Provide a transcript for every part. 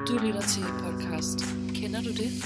Du lytter til podcast. Kender du det?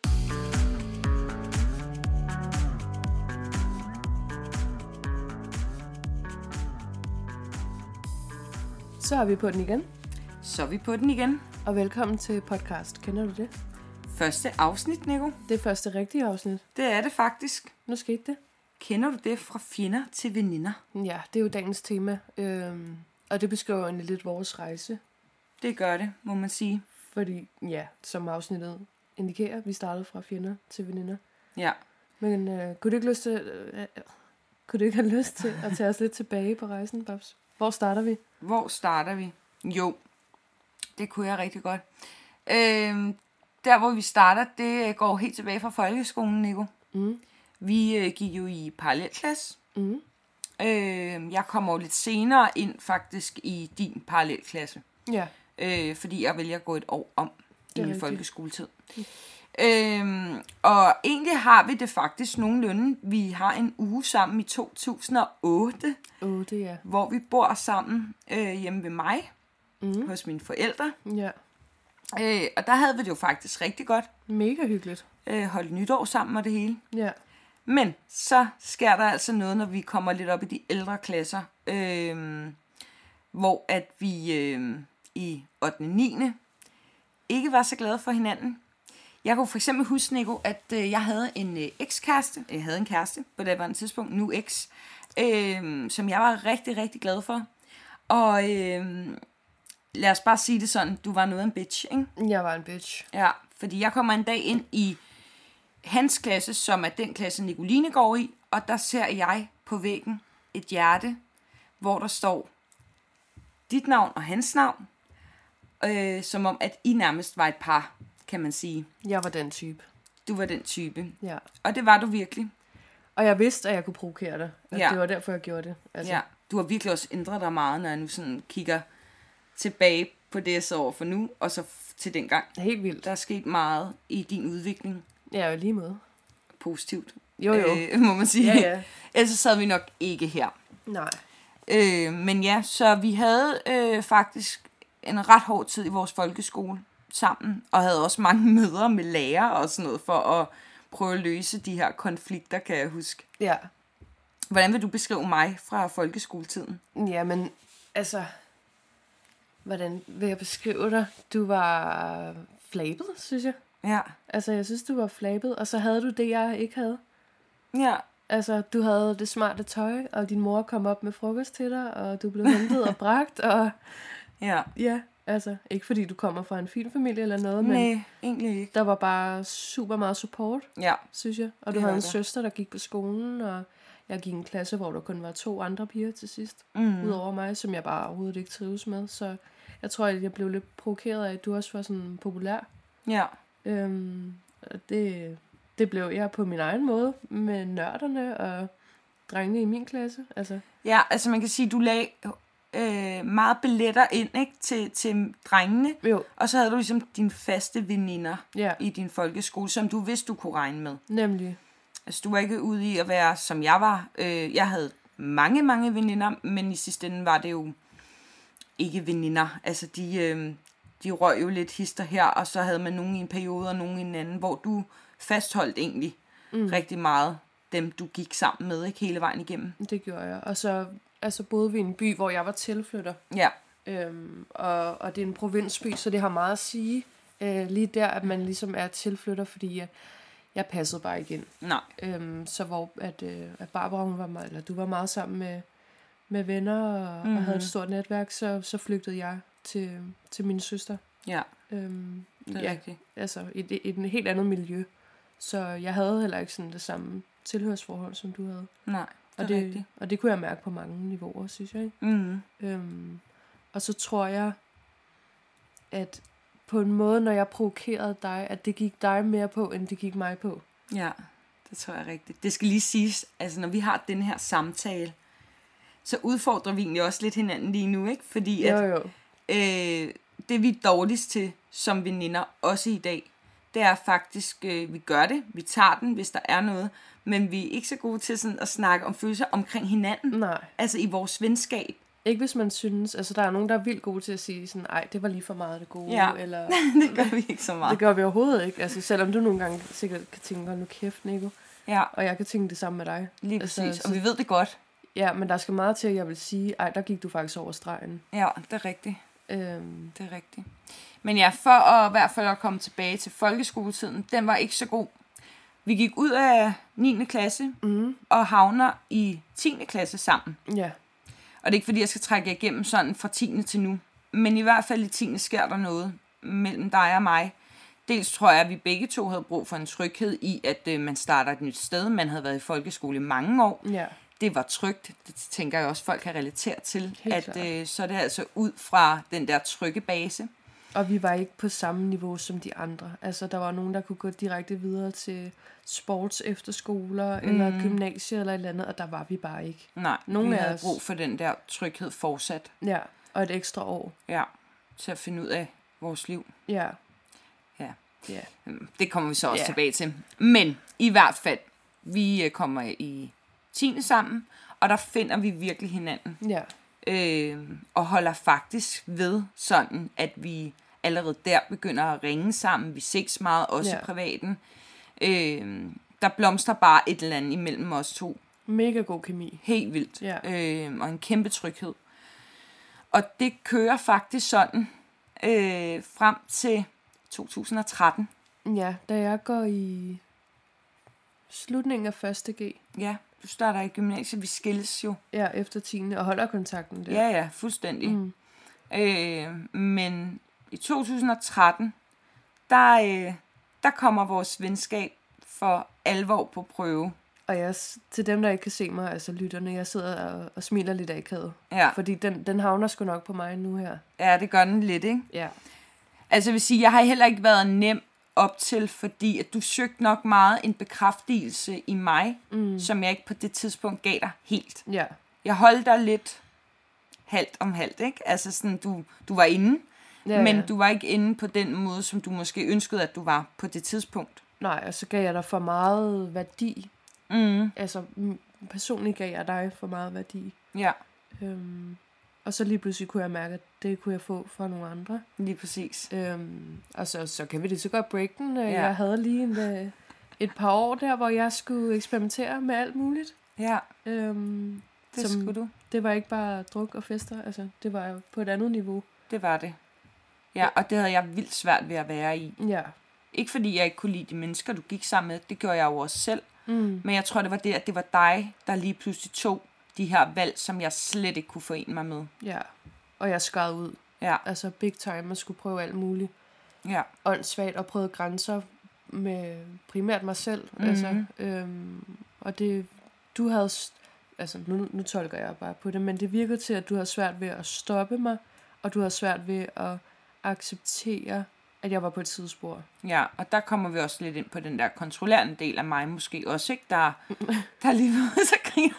Så er vi på den igen. Så er vi på den igen. Og velkommen til podcast. Kender du det? Første afsnit, Nico. Det første rigtige afsnit. Det er det faktisk. Nu skete det. Kender du det fra fjender til veninder? Ja, det er jo dagens tema. Og det beskriver egentlig lidt vores rejse. Det gør det, må man sige. Fordi, ja, som afsnittet indikerer, vi startede fra fjender til veninder. Ja. Men kunne du ikke have lyst til at tage os lidt tilbage på rejsen, Babs? Hvor starter vi? Hvor starter vi? Jo, det kunne jeg rigtig godt. Der, hvor vi starter, det går helt tilbage fra folkeskolen, Nico. Mm. Vi gik jo i parallelklasse. Mm. Jeg kommer jo lidt senere ind faktisk i din parallelklasse. Ja. Fordi jeg vælger at gå et år om i min rigtigt. folkeskoletid. Og egentlig har vi det faktisk nogenlunde. Vi har en uge sammen i 2008, 8, ja. hvor vi bor sammen hjemme ved mig, hos mine forældre. Ja. Og der havde vi det jo faktisk rigtig godt. Mega hyggeligt. Holdt nytår sammen og det hele. Ja. Men så sker der altså noget, når vi kommer lidt op i de ældre klasser, hvor at vi i 8. og 9. ikke var så glade for hinanden. Jeg kunne for eksempel huske, Nico, at jeg havde en ekskæreste. Jeg havde en kæreste på det var tidspunkt, nu eks, som jeg var rigtig, rigtig glad for. Og lad os bare sige det sådan, du var noget af en bitch, ikke? Jeg var en bitch. Ja, fordi jeg kommer en dag ind i hans klasse, som er den klasse, Nicoline går i, og der ser jeg på væggen et hjerte, hvor der står dit navn og hans navn, som om, at I nærmest var et par, kan man sige. Jeg var den type. Du var den type. Ja. Og det var du virkelig. Og jeg vidste, at jeg kunne provokere dig. At Ja. det var derfor, jeg gjorde det. Altså, Ja, du har virkelig også ændret dig meget, når jeg nu sådan kigger tilbage på det, jeg så over for nu, og så til dengang. Helt vildt. Der er sket meget i din udvikling. Ja, lige måde. Positivt. Jo. Må man sige. Ja. Ellers så sad vi nok ikke her. Nej. Men ja, så vi havde faktisk en ret hård tid i vores folkeskole sammen, og havde også mange møder med lærere og sådan noget, for at prøve at løse de her konflikter, kan jeg huske. Ja. Hvordan vil du beskrive mig fra folkeskoletiden? Ja, men altså... Hvordan vil jeg beskrive dig? Du var flabet, synes jeg. Ja. Altså, jeg synes, du var flabet, og så havde du det, jeg ikke havde. Ja. Altså, du havde det smarte tøj, og din mor kom op med frokost til dig, og du blev hentet og bragt, og Ja. ja, altså, ikke fordi du kommer fra en fin familie eller noget, men Nej, egentlig ikke. der var bare super meget support, Ja. synes jeg. Og du Det havde var en der. søster, der gik på skolen, og jeg gik i en klasse, hvor der kun var 2 andre piger til sidst, udover mig, som jeg bare overhovedet ikke trives med. Så jeg tror, at jeg blev lidt provokeret af, at du også var sådan populær. Ja. Og det blev jeg på min egen måde, med nørderne og drengene i min klasse. Altså, Ja, altså man kan sige, du lagde meget billetter ind, ikke, til drengene. jo, Og så havde du ligesom dine faste veninder ja, i din folkeskole, som du vidste, du kunne regne med. nemlig. Altså, du var ikke ude i at være, som jeg var. Jeg havde mange veninder, men i sidste ende var det jo ikke veninder. Altså, de røg jo lidt hister her, og så havde man nogen i en periode, og nogen i en anden, hvor du fastholdt egentlig rigtig meget dem, du gik sammen med, ikke hele vejen igennem. Det gjorde jeg. Og så altså, boede vi i en by, hvor jeg var tilflytter. Ja, Og det er en provinsby, så det har meget at sige lige der, at man ligesom er tilflytter, fordi jeg passede bare ikke ind. nej. Så hvor at Barbara, hun var meget, eller du var meget sammen med venner og havde et stort netværk, så flygtede jeg til min søster. Ja, det er Ja, rigtigt. altså i et helt andet miljø. Så jeg havde heller ikke sådan det samme tilhørsforhold, som du havde. Nej, Og det er rigtigt. og det kunne jeg mærke på mange niveauer, synes jeg. Ikke? Og så tror jeg, at på en måde, når jeg provokerede dig, at det gik dig mere på, end det gik mig på. Ja, det tror jeg er rigtigt. Det skal lige siges, altså når vi har den her samtale, så udfordrer vi egentlig også lidt hinanden lige nu, ikke? Fordi at Jo. det vi er dårligst til som veninder, også i dag, det er faktisk, vi gør det, vi tager den, hvis der er noget, men vi er ikke så gode til sådan at snakke om følelser omkring hinanden. Nej. Altså i vores venskab. Ikke hvis man synes, altså der er nogen, der er vildt gode til at sige sådan, ej, det var lige for meget det gode, Ja, eller det gør vi ikke så meget. det gør vi overhovedet ikke. Altså selvom du nogle gange sikkert kan tænke, hold nu kæft, Nico. Ja, Og jeg kan tænke det samme med dig. lige præcis. Altså, Og vi ved det godt. Ja, men der skal meget til, at jeg vil sige, ej, der gik du faktisk over stregen. Ja, det er rigtigt. Det er rigtigt. Men ja, for at i hvert fald at komme tilbage til folkeskoletiden, den var ikke så god. Vi gik ud af 9. klasse og havner i 10. klasse sammen. Ja. Og det er ikke fordi, jeg skal trække jer igennem sådan fra 10. til nu. Men i hvert fald i 10. sker der noget mellem dig og mig. Dels tror jeg, at vi begge to havde brug for en tryghed i, at man starter et nyt sted. Man havde været i folkeskole i mange år. Ja. Det var trygt. Det tænker jeg også, folk kan relatere til. Helt at så er det altså ud fra den der trygge base. Og vi var ikke på samme niveau som de andre. Altså, der var nogen, der kunne gå direkte videre til sports efterskoler, eller gymnasier, eller et eller andet, og der var vi bare ikke. Nej, nogen vi af havde os brug for den der tryghed fortsat. Ja, og et ekstra år. Ja, til at finde ud af vores liv. Ja. Ja. Ja. Det kommer vi så også tilbage til. Men i hvert fald, vi kommer i 10. sammen, og der finder vi virkelig hinanden. Ja. Og holder faktisk ved sådan, at vi allerede der begynder at ringe sammen. Vi ses meget, også i privaten. Der blomstrer bare et eller andet imellem os to. Mega god kemi. Helt vildt. Ja. Og en kæmpe tryghed. Og det kører faktisk sådan frem til 2013. Ja, da jeg går i slutningen af 1. G. Ja, du starter i gymnasiet. Vi skilles jo. Ja, efter 10. og holder kontakten der. Ja, fuldstændig. Men i 2013, der kommer vores venskab for alvor på prøve. Og jeg, til dem, der ikke kan se mig, altså lytterne, jeg sidder og smiler lidt akavet. Ja. Fordi den havner sgu nok på mig nu her. Ja, det gør den lidt, ikke? Ja. Altså jeg vil sige, jeg har heller ikke været nem op til, fordi at du søgte nok meget en bekræftelse i mig, som jeg ikke på det tidspunkt gav dig helt. Ja. Jeg holdt dig lidt halvt om halvt, ikke? Altså sådan, du var inde, men du var ikke inde på den måde, som du måske ønskede, at du var på det tidspunkt. Nej, og så gav jeg dig for meget værdi. Altså, personligt gav jeg dig for meget værdi. Ja. Og så lige pludselig kunne jeg mærke, at det kunne jeg få fra nogle andre. Lige præcis. Og så kan vi det så godt break den. Jeg havde lige et par år der, hvor jeg skulle eksperimentere med alt muligt. Ja, det skulle du. Det var ikke bare druk og fester, altså det var jo på et andet niveau. Det var det. Ja, og det havde jeg vildt svært ved at være i. Ja. Ikke fordi jeg ikke kunne lide de mennesker, du gik sammen med. Det gjorde jeg jo også selv. Men jeg tror, det var det, at det var dig, der lige pludselig tog de her valg, som jeg slet ikke kunne forene mig med. Ja, og jeg skar ud. Ja. Altså big time, at skulle prøve alt muligt. Ja. Åndssvagt og prøve grænser med primært mig selv. Altså, og det, du havde, altså nu tolker jeg bare på det, men det virker til, at du har svært ved at stoppe mig, og du har svært ved at acceptere, at jeg var på et sidespor. Ja, og der kommer vi også lidt ind på den der kontrollerende del af mig, måske også, ikke? Der lige så griner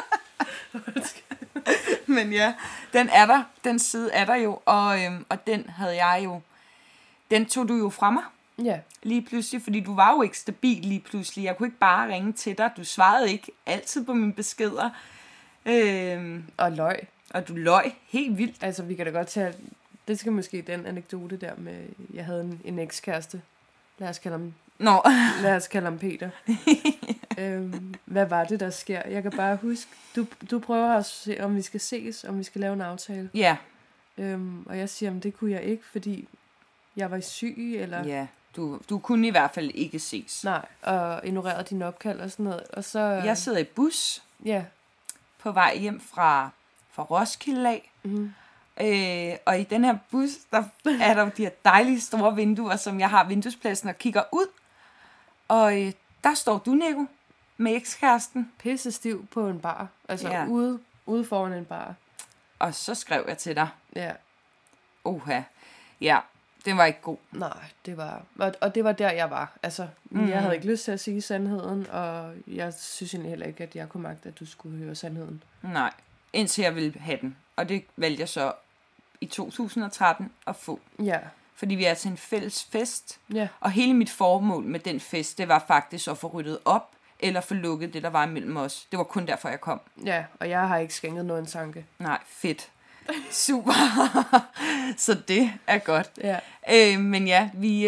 Men ja, den er der. Den side er der jo, og den havde jeg jo, den tog du jo fra mig. Ja. Lige pludselig, fordi du var jo ikke stabil lige pludselig. Jeg kunne ikke bare ringe til dig. Du svarede ikke altid på mine beskeder. Og løg. Og du løg helt vildt. Altså, vi kan da godt tage, det skal måske den anekdote der med, jeg havde en ekskæreste. Lad os kalde ham Peter. Hvad var det, der sker? Jeg kan bare huske, du prøver at se, om vi skal ses, om vi skal lave en aftale. Ja. Og jeg siger, det kunne jeg ikke, fordi jeg var syg, eller... Ja, du kunne i hvert fald ikke ses. Nej, og ignorerede dine opkald og sådan noget. Og så... Jeg sidder i bus. Ja. På vej hjem fra Roskilde af. Og i den her bus, der er der jo de her dejlige store vinduer, som jeg har vinduespladsen og kigger ud. Og der står du, Nico, med ekskæresten. Pisse stiv på en bar. Altså ude foran en bar. Og så skrev jeg til dig. Ja. Oha. Ja, den var ikke god. Nej, det var... Og det var der, jeg var. Altså, jeg havde ikke lyst til at sige sandheden, og jeg synes egentlig heller ikke, at jeg kunne magte, at du skulle høre sandheden. Nej, indtil jeg ville have den. Og det valgte jeg så i 2013 at få. Ja. Fordi vi er til en fælles fest. Ja. Og hele mit formål med den fest, det var faktisk at få ryddet op, eller få lukket det, der var imellem os. Det var kun derfor, jeg kom. Ja, og jeg har ikke skænket noget en tanke. Nej, fedt. Super. Så det er godt. Ja. Men ja,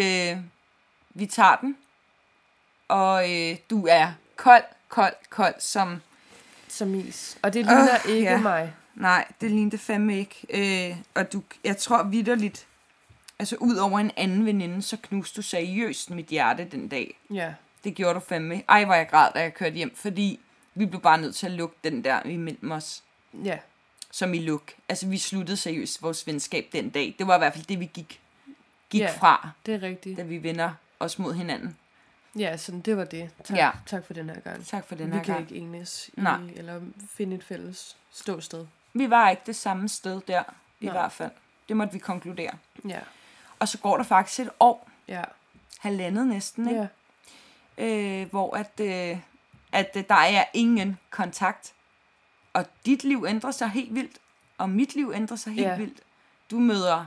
vi tager den. Og du er kold Som is. Og det ligner ikke ja. mig. Nej, det lignede fandme ikke. Og jeg tror vitterligt, altså ud over en anden veninde, så knuste du seriøst mit hjerte den dag. Ja. Det gjorde du fandme. Ej, hvor jeg græd, da jeg kørte hjem, fordi vi blev bare nødt til at lukke den der imellem os. Ja. Som i luk. Altså, vi sluttede seriøst vores venskab den dag. Det var i hvert fald det, vi gik fra, det er rigtigt. da vi vender os mod hinanden. Ja, sådan det var det. Tak, Ja. Tak for den her gang. Tak for den Vi her kan gang. ikke enes eller finde et fælles ståsted. Vi var ikke det samme sted der, i Nej. hvert fald. Det måtte vi konkludere. Ja. Og så går der faktisk et år, Ja. halvandet næsten, ikke? Ja. Hvor at der er ingen kontakt. Og dit liv ændrer sig helt vildt, og mit liv ændrer sig helt vildt. Du møder...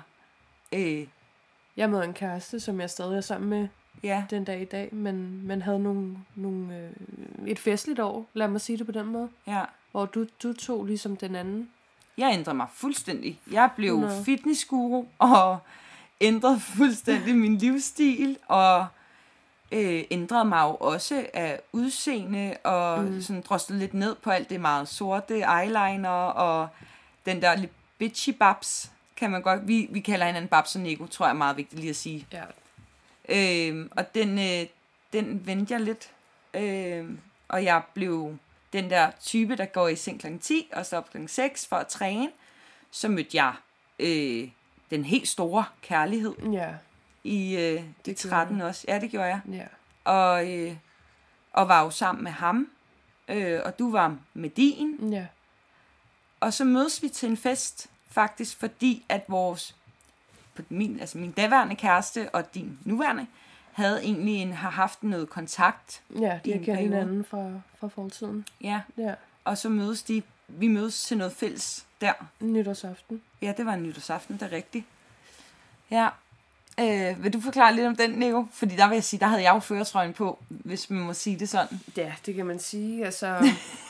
Jeg møder en kæreste, som jeg stadig er sammen med ja, den dag i dag, men havde et festligt år, lad mig sige det på den måde, ja. hvor du tog ligesom den anden. Jeg ændrede mig fuldstændig. Jeg blev 100. fitnessguru, og ændrede fuldstændig min livsstil, og ændrede mig jo også af udseende, og sådan droslede lidt ned på alt det meget sorte eyeliner, og den der lidt bitchy babs, kan man godt, vi kalder hinanden babs og Nico, tror jeg er meget vigtigt lige at sige. Ja. Og den vendte jeg lidt, og jeg blev den der type, der går i seng kl. 10, og så op kl. 6 for at træne. Så mødte jeg den helt store kærlighed Ja. i 13 også. Ja, det gjorde jeg. Ja. Og var jo sammen med ham, og du var med din. Ja. Og så mødes vi til en fest, faktisk fordi, at min daværende kæreste og din nuværende, har haft noget kontakt. Ja, de i har en kendt periode. hinanden fra fortiden. Ja, Ja. og så vi mødes til noget fælles der. Nytårsaften. Ja, det var en nytårsaften, det er rigtigt. Ja. Vil du forklare lidt om den, Nico? Fordi der vil jeg sige, der havde jeg jo førertrøjen på, hvis man må sige det sådan. Ja, det kan man sige. Altså,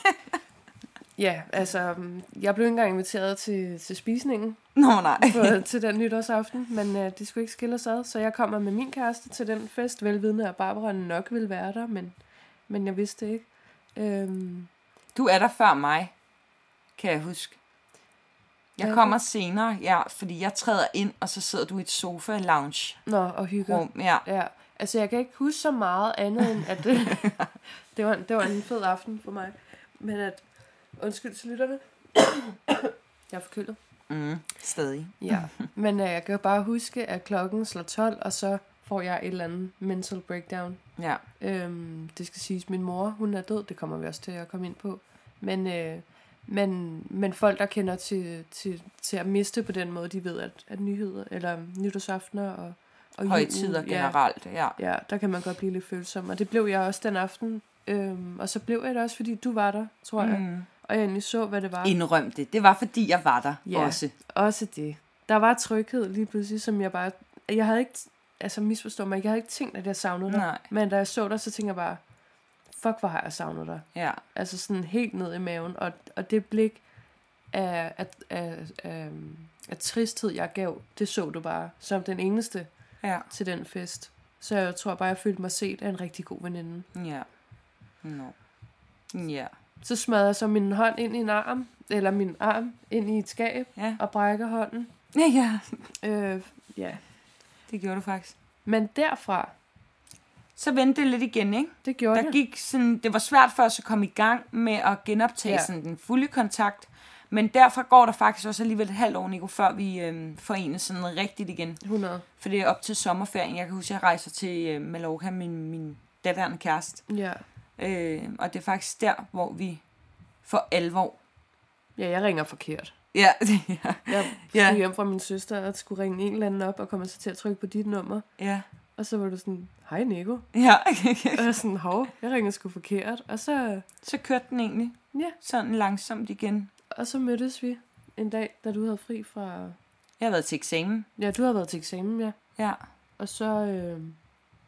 ja, altså, jeg blev ikke engang inviteret til spisningen Nå, nej. til den nytårsaften, men de skulle ikke skille os ad, så jeg kommer med min kæreste til den fest, velvidende, at Barbara nok ville være der, men jeg vidste det ikke. Du er der før mig, kan jeg huske. Jeg kommer senere, ja, fordi jeg træder ind, og så sidder du i et sofa-lounge. Nå, og hygger. Rum, ja. Ja, altså jeg kan ikke huske så meget andet end, at det var en fed aften for mig. Men at, undskyld til lytterne, jeg er forkølet. Stadig. Ja, men jeg kan jo bare huske, at klokken slår 12, og så får jeg et eller andet mental breakdown. Ja. Det skal siges, min mor, hun er død, det kommer vi også til at komme ind på. Men folk, der kender til at miste på den måde, de ved, at nyheder, eller nytårsaftener og højtider generelt, ja. Ja, der kan man godt blive lidt følsom, og det blev jeg også den aften. Og så blev jeg det også, fordi du var der, tror jeg. Og jeg egentlig så, hvad det var. Indrøm det. Det var, fordi jeg var der også. Også det. Der var tryghed lige pludselig, som jeg bare... Jeg havde ikke... Altså, misforstå mig, jeg havde ikke tænkt, at jeg savnede dig. Nej. Men da jeg så dig, så tænkte jeg bare, fuck, hvor har jeg savnet dig. Ja. Altså sådan helt ned i maven. Og det blik af tristhed, jeg gav, det så du bare som den eneste til den fest. Så jeg tror bare, jeg følte mig set af en rigtig god veninde. Ja. Ja. Så smadrer jeg så min hånd ind i en arm, eller min arm ind i et skab, og brækker hånden. Ja. Ja. Det gjorde du faktisk. Men derfra... Så vendte det lidt igen, ikke? Det gjorde det. Det var svært for os at komme i gang med at genoptage sådan den fulde kontakt. Men derfra går der faktisk også alligevel et halvt år, Nico, før vi forenes sådan rigtigt igen. 100. For det er op til sommerferien. Jeg kan huske, at jeg rejser til Mallorca med min daværende kæreste. Ja. Og det er faktisk der, hvor vi for alvor... Ja, jeg ringer forkert. Ja. Jeg skulle hjem fra min søster og skulle ringe en eller anden op og komme så til at trykke på dit nummer. Ja. Og så var du sådan, hej Nico. Ja. Og jeg sådan, jeg ringer sgu forkert. Og så kørte den egentlig. Ja. Sådan langsomt igen. Og så mødtes vi en dag, da du havde fri fra... Jeg har været til eksamen. Ja, du har været til eksamen, ja. Ja. Og så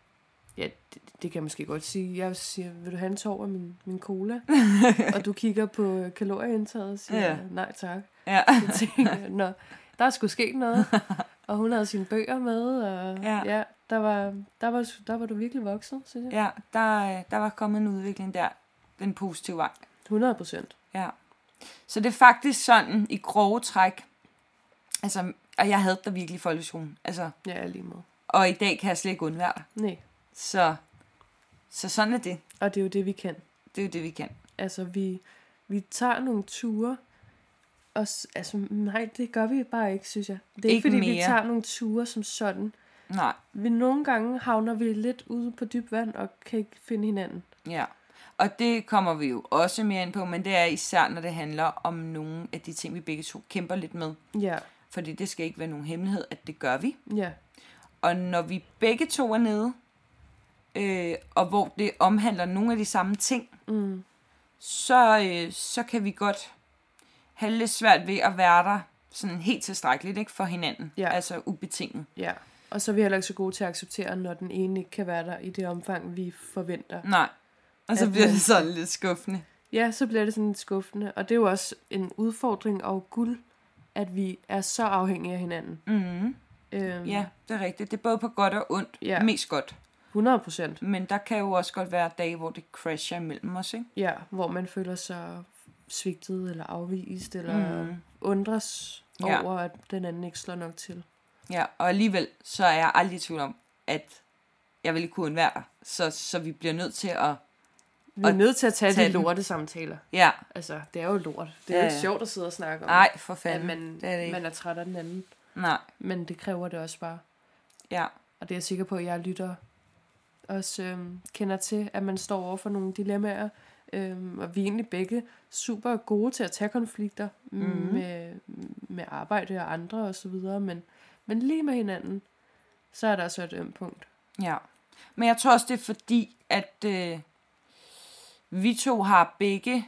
Ja, det kan jeg måske godt sige. Jeg siger, vil du have en tår af min cola? Og du kigger på kalorieindtaget og siger, nej tak. Ja. Så tænker jeg, nå, der er sgu sket noget. Og hun havde sine bøger med, og der var du virkelig vokset, synes jeg. Ja, der var kommet en udvikling der, den positive vej. 100%. Ja. Så det er faktisk sådan i grove træk, altså, og jeg havde der virkelig folkeskolen, altså. Ja, lige med. Og i dag kan jeg slet ikke undvære dig. Nej. Så sådan er det. Og det er jo det, vi kan. Det er jo det, vi kan. Altså, vi tager nogle ture, og altså, nej, det gør vi bare ikke, synes jeg. Det er ikke fordi, vi tager nogle ture som sådan. Nej. Nogle gange havner vi lidt ude på dyb vand, og kan ikke finde hinanden. Ja, og det kommer vi jo også mere ind på, men det er især, når det handler om nogle af de ting, vi begge to kæmper lidt med. Ja. Fordi det skal ikke være nogen hemmelighed, at det gør vi. Ja. Og når vi begge to er nede, og hvor det omhandler nogle af de samme ting, så kan vi godt have lidt svært ved at være der sådan helt tilstrækkeligt, ikke, for hinanden. Ja. Altså ubetinget. Ja, og så er vi heller ikke så gode til at acceptere, når den ene ikke kan være der i det omfang, vi forventer. Nej, og så bliver det sådan lidt skuffende. Ja, så bliver det sådan lidt skuffende, og det er jo også en udfordring og guld, at vi er så afhængige af hinanden. Mm-hmm. Ja, det er rigtigt. Det er både på godt og ondt. Ja. Mest godt. 100%. Men der kan jo også godt være dage, hvor det crasher imellem os, ikke? Ja, hvor man føler sig svigtet eller afvist, eller undres over, at den anden ikke slår nok til. Ja, og alligevel så er jeg aldrig i tvivl om, at jeg vil ikke kunne undvære dig. Så vi bliver nødt til at... Vi er nødt til at tage de lorte samtaler. Ja. Altså, det er jo lort. Det er jo ikke sjovt at sidde og snakke om. Nej, for fanden. At man er træt af den anden. Nej. Men det kræver det også bare. Ja. Og det er jeg sikker på, at jeg lytter også kender til, at man står over for nogle dilemmaer. Og vi er egentlig begge super gode til at tage konflikter med arbejde og andre og så videre. Men lige med hinanden, så er der så et ømt punkt. Ja. Men jeg tror også, det er fordi, at vi to har begge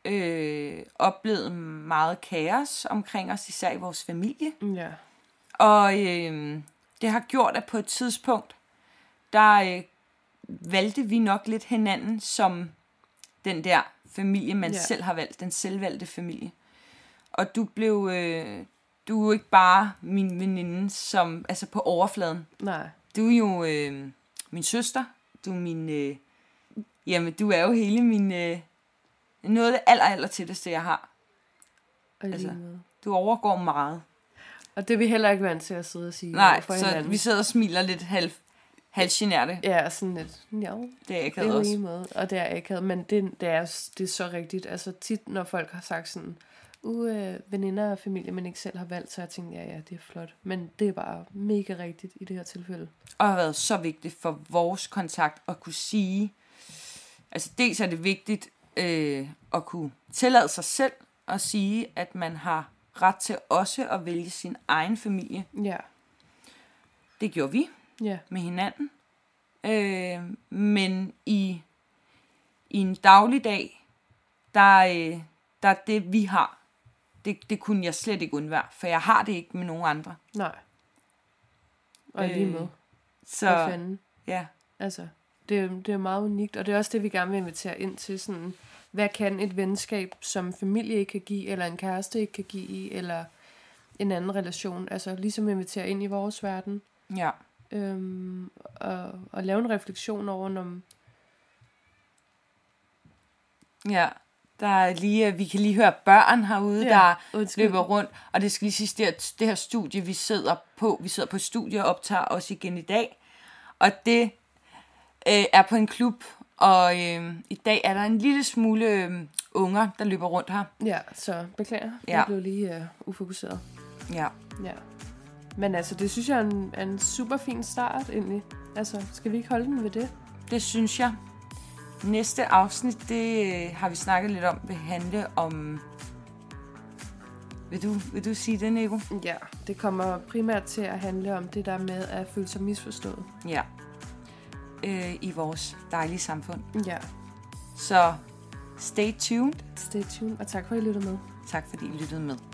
oplevet meget kaos omkring os, især i vores familie. Ja. Og det har gjort, at på et tidspunkt, der valgte vi nok lidt hinanden som den der familie, man selv har valgt, den selvvalgte familie. Og du blev, du er jo ikke bare min veninde, som, altså på overfladen. Nej. Du er jo min søster, du er min, jamen du er jo hele min, noget af det aller tætteste, jeg har. Altså, du overgår meget. Og det er vi heller ikke vant til at sidde og sige. Nej, så hinanden. Vi sidder og smiler lidt halvgenerte. Ja, sådan lidt, det er akavet også. Måde, og det er akavet, men det er så rigtigt. Altså tit, når folk har sagt sådan, veninder og familie, man ikke selv har valgt, så jeg tænkte, ja, det er flot. Men det er bare mega rigtigt i det her tilfælde. Og har været så vigtigt for vores kontakt at kunne sige, altså dels er det vigtigt at kunne tillade sig selv at sige, at man har ret til også at vælge sin egen familie. Ja. Det gjorde vi med hinanden. Men i en dagligdag, der er det, vi har. Det kunne jeg slet ikke undvære, for jeg har det ikke med nogen andre. Nej. Og lige med. Så fanden. Ja. Altså, det er meget unikt, og det er også det, vi gerne vil invitere ind til sådan, hvad kan et venskab, som familie ikke kan give, eller en kæreste ikke kan give, eller en anden relation, altså ligesom invitere ind i vores verden. Ja. Og lave en refleksion over, når... Ja, der er lige, vi kan lige høre børn herude, der løber rundt, og det skal lige sige, det her studie, vi sidder på et studie og optager også igen i dag, og det er på en klub, og i dag er der en lille smule unger, der løber rundt her. Ja, så beklager. Jeg blev lige ufokuseret. Ja. Men altså, det synes jeg er en super fin start egentlig. Altså, skal vi ikke holde den ved det? Det synes jeg. Næste afsnit, det har vi snakket lidt om, vil handle om... Vil du sige det, Nico? Ja, det kommer primært til at handle om det der med at føle sig misforstået. Ja. I vores dejlige samfund. Ja. Så stay tuned. Stay tuned, og tak for, at I lyttede med. Tak fordi I lyttede med.